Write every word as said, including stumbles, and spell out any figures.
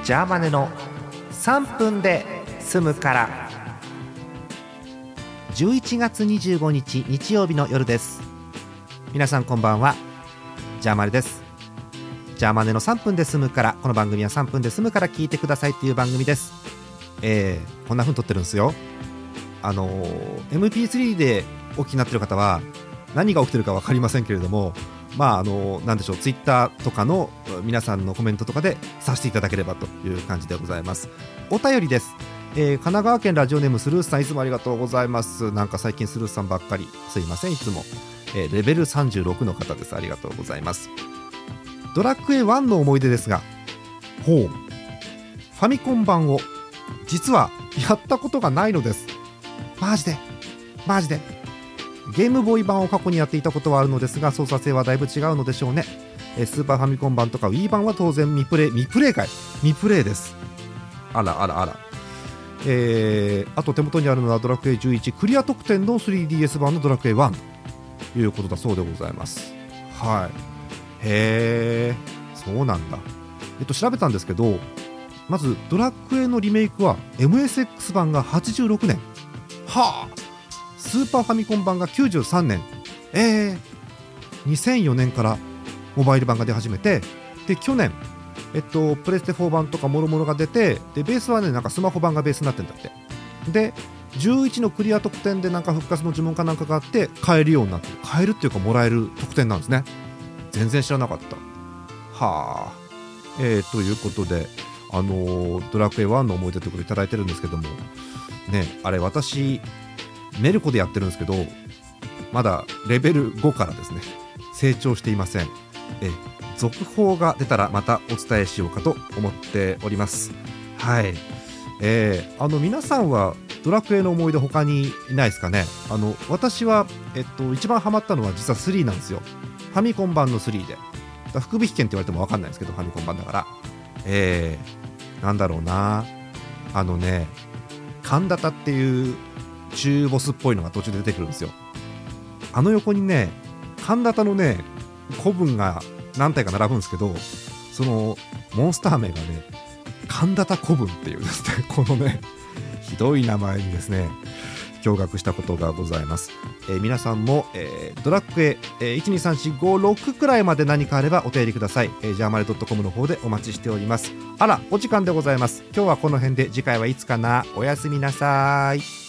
ジャーマネのさんぷんで済むから。じゅういちがつにじゅうごにち日曜日の夜です。皆さんこんばんは、ジャーマネです。ジャーマネのさんぷんで済むから、この番組はさんぷんで済むから聞いてくださいっていう番組です。えー、こんな風に撮ってるんですよ。あのー、エムピースリー でお聞きになってる方は何が起きてるか分かりませんけれども、まああのなんでしょう、ツイッターとかの皆さんのコメントとかでさせていただければという感じでございます。お便りです。えー、神奈川県ラジオネームスルースさん、いつもありがとうございます。なんか最近スルースさんばっかり、すいませんいつも、えー、レベルさんじゅうろくの方です。ありがとうございます。ドラクエワンの思い出ですが、ほうファミコン版を実はやったことがないのです。マジでマジでゲームボーイ版を過去にやっていたことはあるのですが、操作性はだいぶ違うのでしょうね。えスーパーファミコン版とか Wii 版は当然未プレイ未プレイかい未プレイです。あらあらあら。えー、あと手元にあるのはドラクエじゅういちクリア特典の スリーディーエス 版のドラクエワンということだそうでございます。はい。へー、そうなんだ。えっと調べたんですけど、まずドラクエのリメイクは エムエスエックス 版がはちじゅうろくねん、はあ、スーパーファミコン版がきゅうじゅうさんねん、えー、にせんよねんからモバイル版が出始めて、で去年、えっと、プレステフォー版とかもろもろが出て、でベースはね、なんかスマホ版がベースになってんだって。でじゅういちのクリア特典でなんか復活の呪文かなんかがあって買えるようになってる、買えるっていうかもらえる特典なんですね。全然知らなかった。はあ、えー、ということで、あのー、ドラクエワンの思い出ということをいただいてるんですけどもね、あれ私メルコでやってるんですけど、まだレベルごからですね、成長していません。え続報が出たらまたお伝えしようかと思っております。はい。えー、あの皆さんはドラクエの思い出他にいないですかね。あの私は、えっと、一番ハマったのは実はスリーなんですよ。ファミコン版のスリーで、だ福引券って言われても分かんないですけど、ファミコン版だから、えー、なんだろうな、あのね、神田田っていう中ボスっぽいのが途中で出てくるんですよ。あの横にね、神田田のね古文が何体か並ぶんですけど、そのモンスター名がね神田田古文っていうですね、このねひどい名前にですね驚愕したことがございます。えー、皆さんも、えー、ドラクエ、えー、いちにさんしごろくくらいまで何かあればお便りください。えー、ジャーマネ .com の方でお待ちしております。あら、お時間でございます。今日はこの辺で、次回はいつかな。おやすみなさい。